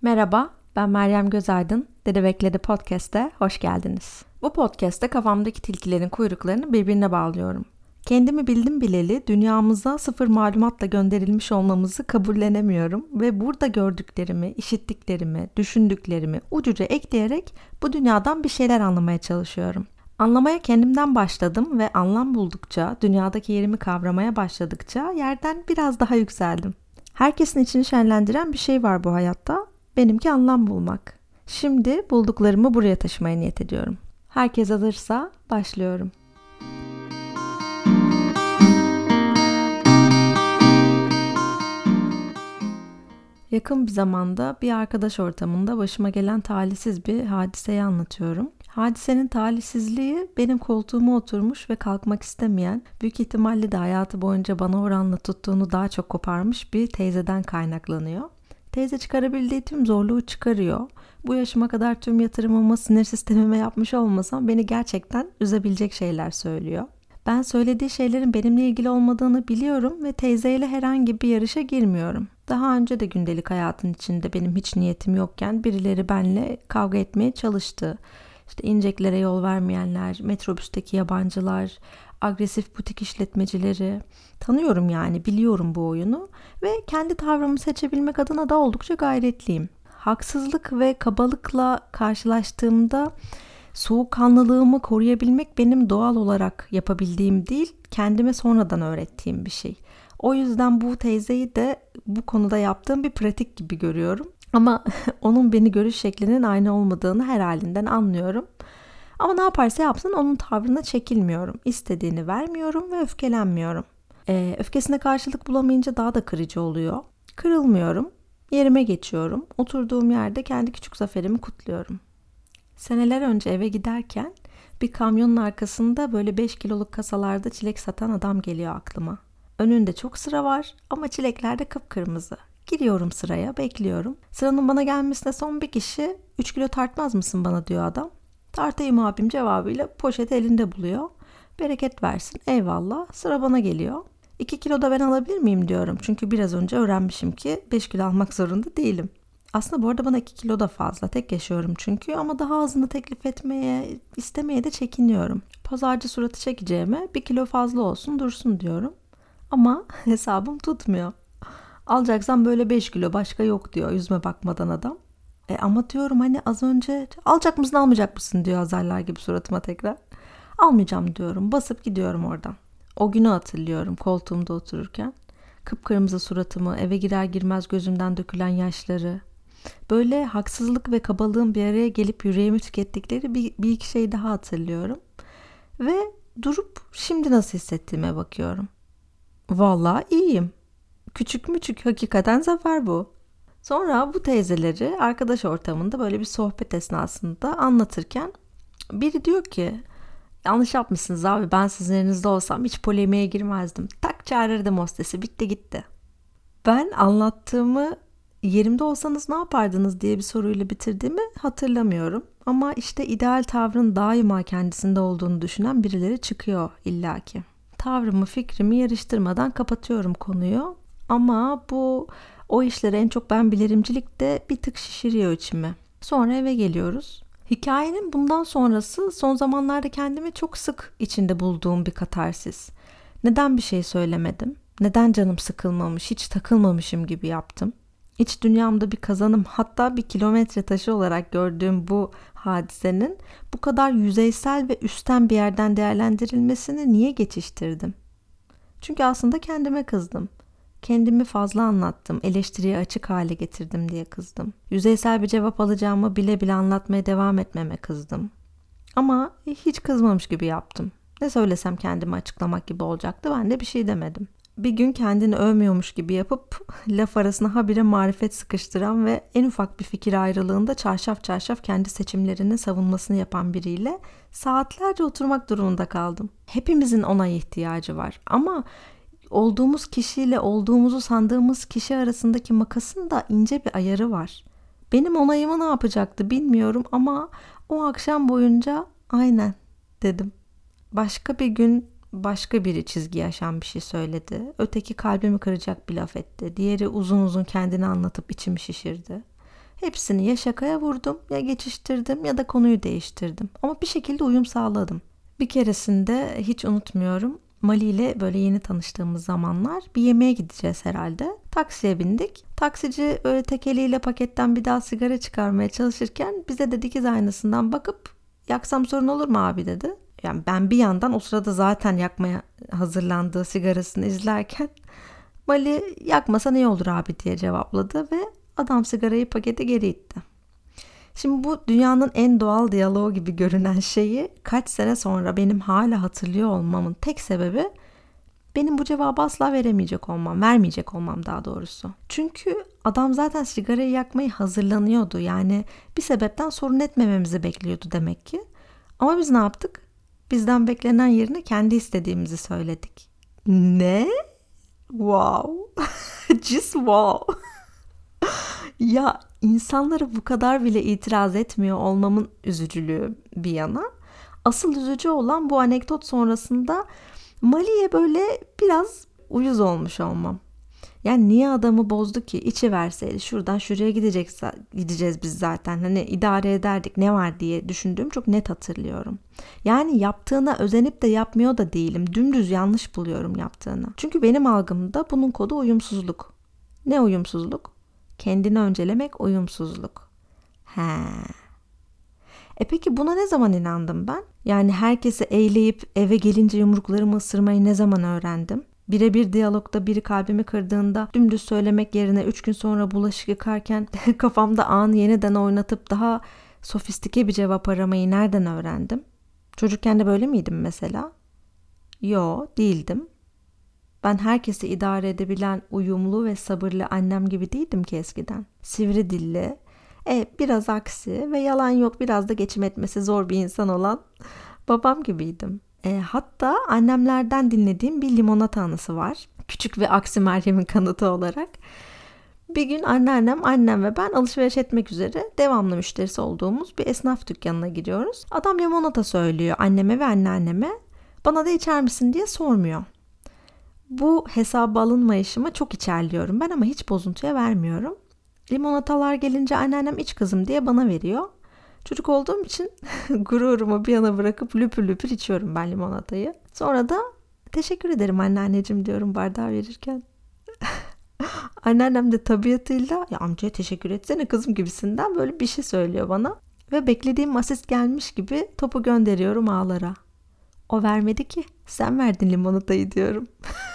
Merhaba, ben Meryem Gözaydın. Dede Bekledi Podcast'e hoş geldiniz. Bu podcast'te kafamdaki tilkilerin kuyruklarını birbirine bağlıyorum. Kendimi bildim bileli dünyamıza sıfır malumatla gönderilmiş olmamızı kabullenemiyorum ve burada gördüklerimi, işittiklerimi, düşündüklerimi ucuca ekleyerek bu dünyadan bir şeyler anlamaya çalışıyorum. Anlamaya kendimden başladım ve anlam buldukça, dünyadaki yerimi kavramaya başladıkça yerden biraz daha yükseldim. Herkesin içini şenlendiren bir şey var bu hayatta. Benimki anlam bulmak. Şimdi bulduklarımı buraya taşımaya niyet ediyorum. Herkes hazırsa başlıyorum. Yakın bir zamanda bir arkadaş ortamında başıma gelen talihsiz bir hadiseyi anlatıyorum. Hadisenin talihsizliği benim koltuğuma oturmuş ve kalkmak istemeyen, büyük ihtimalle de hayatı boyunca bana oranla tuttuğunu daha çok koparmış bir teyzeden kaynaklanıyor. Teyze çıkarabildiği tüm zorluğu çıkarıyor. Bu yaşıma kadar tüm yatırımımı sinir sistemime yapmış olmasam beni gerçekten üzebilecek şeyler söylüyor. Ben söylediği şeylerin benimle ilgili olmadığını biliyorum ve teyzeyle herhangi bir yarışa girmiyorum. Daha önce de gündelik hayatın içinde benim hiç niyetim yokken birileri benimle kavga etmeye çalıştı. İşte ineceklere yol vermeyenler, metrobüsteki yabancılar, agresif butik işletmecileri. Tanıyorum yani, biliyorum bu oyunu ve kendi tavrımı seçebilmek adına da oldukça gayretliyim. Haksızlık ve kabalıkla karşılaştığımda soğukkanlılığımı koruyabilmek benim doğal olarak yapabildiğim değil, kendime sonradan öğrettiğim bir şey. O yüzden bu teyzeyi de bu konuda yaptığım bir pratik gibi görüyorum. Ama onun beni görüş şeklinin aynı olmadığını her halinden anlıyorum. Ama ne yaparsa yapsın onun tavrına çekilmiyorum. İstediğini vermiyorum ve öfkelenmiyorum. Öfkesine karşılık bulamayınca daha da kırıcı oluyor. Kırılmıyorum, yerime geçiyorum. Oturduğum yerde kendi küçük zaferimi kutluyorum. Seneler önce eve giderken bir kamyonun arkasında böyle 5 kiloluk kasalarda çilek satan adam geliyor aklıma. Önünde çok sıra var ama çilekler de kıpkırmızı. Giriyorum sıraya, bekliyorum. Sıranın bana gelmesine son bir kişi, 3 kilo tartmaz mısın bana diyor adam. Tartayım abim cevabıyla poşeti elinde buluyor. Bereket versin, eyvallah, sıra bana geliyor. 2 kilo da ben alabilir miyim diyorum. Çünkü biraz önce öğrenmişim ki 5 kilo almak zorunda değilim. Aslında bu arada bana 2 kilo da fazla. Tek yaşıyorum çünkü ama daha azını teklif etmeye, istemeye de çekiniyorum. Pazarcı suratı çekeceğime 1 kilo fazla olsun dursun diyorum. Ama hesabım tutmuyor. Alacaksam böyle 5 kilo başka yok diyor yüzüme bakmadan adam. Ama diyorum hani az önce alacak mısın almayacak mısın diyor azarlar gibi suratıma tekrar. Almayacağım diyorum, basıp gidiyorum oradan. O günü hatırlıyorum koltuğumda otururken. Kıpkırmızı suratımı, eve girer girmez gözümden dökülen yaşları. Böyle haksızlık ve kabalığın bir araya gelip yüreğimi tükettikleri bir iki şey daha hatırlıyorum. Ve durup şimdi nasıl hissettiğime bakıyorum. Vallahi iyiyim. Küçük müçük hakikaten zafer bu. Sonra bu teyzeleri arkadaş ortamında böyle bir sohbet esnasında anlatırken biri diyor ki yanlış yapmışsınız abi, ben sizin yerinizde olsam hiç polemiğe girmezdim. Tak çağırırdım hostesi, bitti gitti. Ben anlattığımı yerimde olsanız ne yapardınız diye bir soruyla bitirdiğimi hatırlamıyorum. Ama işte ideal tavrın daima kendisinde olduğunu düşünen birileri çıkıyor illaki. Tavrımı, fikrimi yarıştırmadan kapatıyorum konuyu. Ama o işleri en çok ben bilirimcilik de bir tık şişiriyor içimi. Sonra eve geliyoruz. Hikayenin bundan sonrası son zamanlarda kendimi çok sık içinde bulduğum bir katarsis. Neden bir şey söylemedim? Neden canım sıkılmamış, hiç takılmamışım gibi yaptım? İç dünyamda bir kazanım, hatta bir kilometre taşı olarak gördüğüm bu hadisenin bu kadar yüzeysel ve üstten bir yerden değerlendirilmesini niye geçiştirdim? Çünkü aslında kendime kızdım. Kendimi fazla anlattım, eleştiriye açık hale getirdim diye kızdım. Yüzeysel bir cevap alacağımı bile bile anlatmaya devam etmeme kızdım. Ama hiç kızmamış gibi yaptım. Ne söylesem kendimi açıklamak gibi olacaktı, ben de bir şey demedim. Bir gün kendini övmüyormuş gibi yapıp laf arasına habire marifet sıkıştıran ve en ufak bir fikir ayrılığında çarşaf çarşaf kendi seçimlerinin savunmasını yapan biriyle saatlerce oturmak durumunda kaldım. Hepimizin ona ihtiyacı var ama olduğumuz kişiyle olduğumuzu sandığımız kişi arasındaki makasın da ince bir ayarı var. Benim onayımı ne yapacaktı bilmiyorum ama o akşam boyunca aynen dedim. Başka bir gün başka biri çizgi aşan bir şey söyledi. Öteki kalbimi kıracak bir laf etti. Diğeri uzun uzun kendini anlatıp içimi şişirdi. Hepsini ya şakaya vurdum, ya geçiştirdim ya da konuyu değiştirdim. Ama bir şekilde uyum sağladım. Bir keresinde hiç unutmuyorum. Mali ile böyle yeni tanıştığımız zamanlar bir yemeğe gideceğiz herhalde. Taksiye bindik. Taksici böyle tek eliyle paketten bir daha sigara çıkarmaya çalışırken bize de dikiz aynasından bakıp yaksam sorun olur mu abi dedi. Yani ben bir yandan o sırada zaten yakmaya hazırlandığı sigarasını izlerken Mali yakmasan iyi olur abi diye cevapladı ve adam sigarayı pakete geri itti. Şimdi bu dünyanın en doğal diyaloğu gibi görünen şeyi kaç sene sonra benim hala hatırlıyor olmamın tek sebebi benim bu cevabı asla vermeyecek olmam daha doğrusu. Çünkü adam zaten sigarayı yakmayı hazırlanıyordu. Yani bir sebepten sorun etmememizi bekliyordu demek ki. Ama biz ne yaptık? Bizden beklenen yerine kendi istediğimizi söyledik. Ne? Wow. Just wow. Ya insanlara bu kadar bile itiraz etmiyor olmamın üzücülüğü bir yana. Asıl üzücü olan bu anekdot sonrasında Mali'ye böyle biraz uyuz olmuş olmam. Yani niye adamı bozdu ki? İçi verseydi şuradan şuraya gideceğiz biz zaten. Hani idare ederdik ne var diye düşündüğüm çok net hatırlıyorum. Yani yaptığına özenip de yapmıyor da değilim. Dümdüz yanlış buluyorum yaptığını. Çünkü benim algımda bunun kodu uyumsuzluk. Ne uyumsuzluk? Kendini öncelemek uyumsuzluk. He. Peki buna ne zaman inandım ben? Yani herkesi eğleyip eve gelince yumruklarımı ısırmayı ne zaman öğrendim? Birebir diyalogda biri kalbimi kırdığında dümdüz söylemek yerine 3 gün sonra bulaşık yıkarken kafamda anı yeniden oynatıp daha sofistike bir cevap aramayı nereden öğrendim? Çocukken de böyle miydim mesela? Yo, değildim. Ben herkesi idare edebilen uyumlu ve sabırlı annem gibi değildim ki eskiden. Sivri dilli, biraz aksi ve yalan yok biraz da geçim etmesi zor bir insan olan babam gibiydim. Hatta annemlerden dinlediğim bir limonata anısı var. Küçük ve aksi Meryem'in kanıtı olarak. Bir gün annem ve ben alışveriş etmek üzere devamlı müşterisi olduğumuz bir esnaf dükkanına gidiyoruz. Adam limonata söylüyor anneme ve anneanneme. Bana da içer misin diye sormuyor. Bu hesaba alınmayışımı çok içerliyorum ben ama hiç bozuntuya vermiyorum. Limonatalar gelince anneannem iç kızım diye bana veriyor. Çocuk olduğum için gururumu bir yana bırakıp löpür löpür içiyorum ben limonatayı. Sonra da teşekkür ederim anneanneciğim diyorum bardağı verirken. Anneannem de tabiatıyla ya amcaya teşekkür etsene kızım gibisinden böyle bir şey söylüyor bana. Ve beklediğim asist gelmiş gibi topu gönderiyorum ağlara. O vermedi ki sen verdin limonatayı diyorum.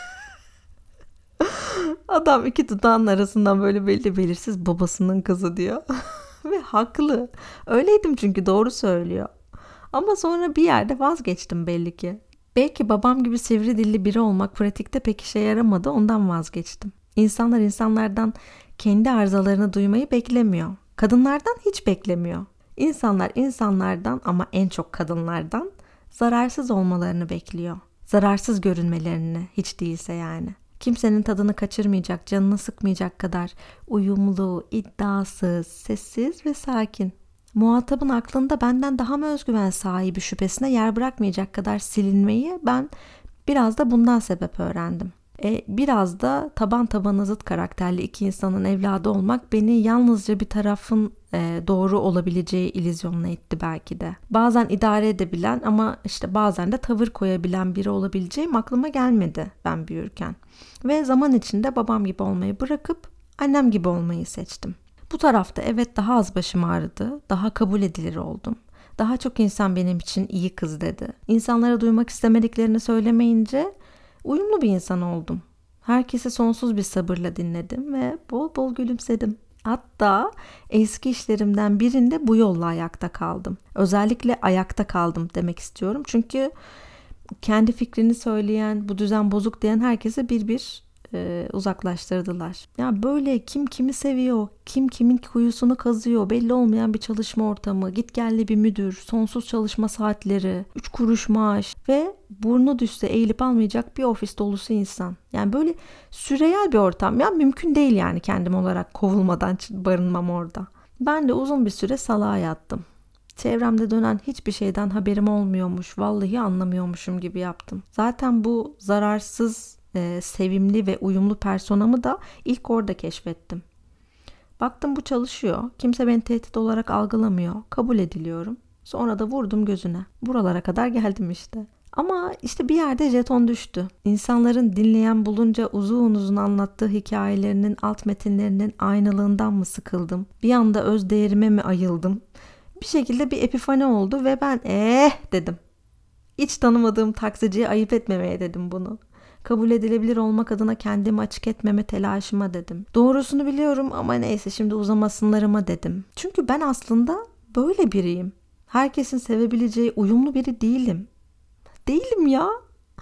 Adam iki dudağının arasından böyle belli belirsiz babasının kızı diyor. Ve haklı. Öyleydim çünkü doğru söylüyor. Ama sonra bir yerde vazgeçtim belli ki. Belki babam gibi sivri dilli biri olmak pratikte pek işe yaramadı ondan vazgeçtim. İnsanlar insanlardan kendi arızalarını duymayı beklemiyor. Kadınlardan hiç beklemiyor. İnsanlar insanlardan ama en çok kadınlardan zararsız olmalarını bekliyor. Zararsız görünmelerini hiç değilse yani. Kimsenin tadını kaçırmayacak, canını sıkmayacak kadar uyumlu, iddiasız, sessiz ve sakin. Muhatabın aklında benden daha mı özgüven sahibi şüphesine yer bırakmayacak kadar silinmeyi ben biraz da bundan sebep öğrendim. Biraz da taban tabana zıt karakterli iki insanın evladı olmak beni yalnızca bir tarafın doğru olabileceği illüzyonuna itti belki de. Bazen idare edebilen ama işte bazen de tavır koyabilen biri olabileceğim aklıma gelmedi ben büyürken. Ve zaman içinde babam gibi olmayı bırakıp annem gibi olmayı seçtim. Bu tarafta evet daha az başım ağrıdı, daha kabul edilir oldum. Daha çok insan benim için iyi kız dedi. İnsanlara duymak istemediklerini söylemeyince uyumlu bir insan oldum. Herkesi sonsuz bir sabırla dinledim ve bol bol gülümsedim. Hatta eski işlerimden birinde bu yolla ayakta kaldım. Özellikle ayakta kaldım demek istiyorum. Çünkü kendi fikrini söyleyen, bu düzen bozuk diyen herkese bir uzaklaştırdılar. Ya böyle kim kimi seviyor, kim kimin kuyusunu kazıyor, belli olmayan bir çalışma ortamı, gitgelli bir müdür, sonsuz çalışma saatleri, 3 kuruş maaş ve burnu düşse eğilip almayacak bir ofis dolusu insan. Yani böyle sürreal bir ortam. Ya mümkün değil yani kendim olarak kovulmadan barınmam orada. Ben de uzun bir süre salağa yattım. Çevremde dönen hiçbir şeyden haberim olmuyormuş, vallahi anlamıyormuşum gibi yaptım. Zaten bu zararsız sevimli ve uyumlu personamı da ilk orada keşfettim. Baktım bu çalışıyor. Kimse beni tehdit olarak algılamıyor. Kabul ediliyorum. Sonra da vurdum gözüne. Buralara kadar geldim işte. Ama işte bir yerde jeton düştü. İnsanların dinleyen bulunca uzun uzun anlattığı hikayelerinin alt metinlerinin aynalığından mı sıkıldım? Bir anda öz değerime mi ayıldım? Bir şekilde bir epifani oldu ve ben dedim. Hiç tanımadığım taksiciye ayıp etmemeye dedim bunu. Kabul edilebilir olmak adına kendimi açık etmeme telaşıma dedim. Doğrusunu biliyorum ama neyse şimdi uzamasınlarıma dedim. Çünkü ben aslında böyle biriyim. Herkesin sevebileceği uyumlu biri değilim. Değilim ya.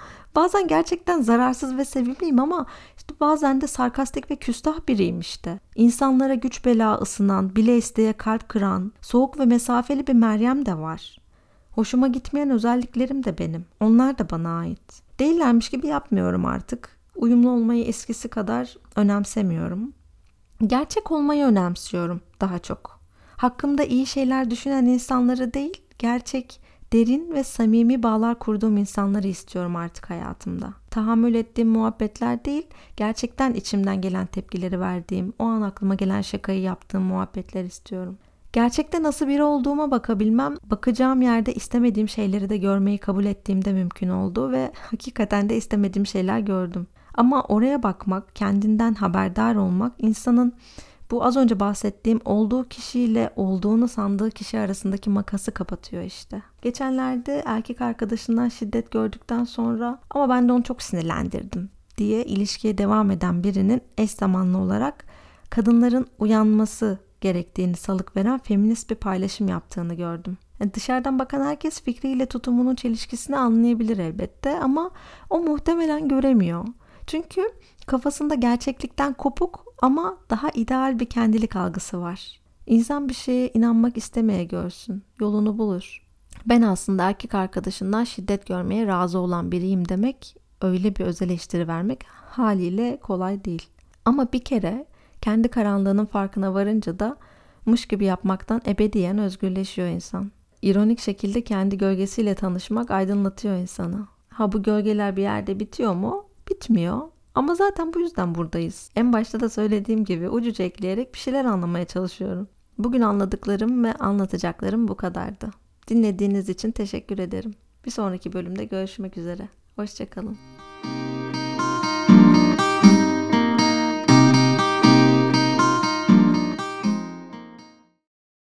Bazen gerçekten zararsız ve sevimliyim ama işte bazen de sarkastik ve küstah biriyim işte. İnsanlara güç bela ısınan, bile isteye kalp kıran, soğuk ve mesafeli bir Meryem de var. Hoşuma gitmeyen özelliklerim de benim. Onlar da bana ait. Değillermiş gibi yapmıyorum artık. Uyumlu olmayı eskisi kadar önemsemiyorum. Gerçek olmayı önemsiyorum daha çok. Hakkımda iyi şeyler düşünen insanları değil, gerçek, derin ve samimi bağlar kurduğum insanları istiyorum artık hayatımda. Tahammül ettiğim muhabbetler değil, gerçekten içimden gelen tepkileri verdiğim, o an aklıma gelen şakayı yaptığım muhabbetler istiyorum. Gerçekte nasıl biri olduğuma bakabilmem, bakacağım yerde istemediğim şeyleri de görmeyi kabul ettiğimde mümkün oldu ve hakikaten de istemediğim şeyler gördüm. Ama oraya bakmak, kendinden haberdar olmak insanın bu az önce bahsettiğim olduğu kişiyle olduğunu sandığı kişi arasındaki makası kapatıyor işte. Geçenlerde erkek arkadaşından şiddet gördükten sonra ama ben de onu çok sinirlendirdim diye ilişkiye devam eden birinin eş zamanlı olarak kadınların uyanması gerektiğini salık veren feminist bir paylaşım yaptığını gördüm. Yani dışarıdan bakan herkes fikriyle tutumunun çelişkisini anlayabilir elbette ama o muhtemelen göremiyor. Çünkü kafasında gerçeklikten kopuk ama daha ideal bir kendilik algısı var. İnsan bir şeye inanmak istemeye görsün, yolunu bulur. Ben aslında erkek arkadaşından şiddet görmeye razı olan biriyim demek, öyle bir öz eleştiri vermek haliyle kolay değil. Ama bir kere kendi karanlığının farkına varınca da mış gibi yapmaktan ebediyen özgürleşiyor insan. İronik şekilde kendi gölgesiyle tanışmak aydınlatıyor insanı. Ha bu gölgeler bir yerde bitiyor mu? Bitmiyor. Ama zaten bu yüzden buradayız. En başta da söylediğim gibi ucuca ekleyerek bir şeyler anlamaya çalışıyorum. Bugün anladıklarım ve anlatacaklarım bu kadardı. Dinlediğiniz için teşekkür ederim. Bir sonraki bölümde görüşmek üzere. Hoşça kalın.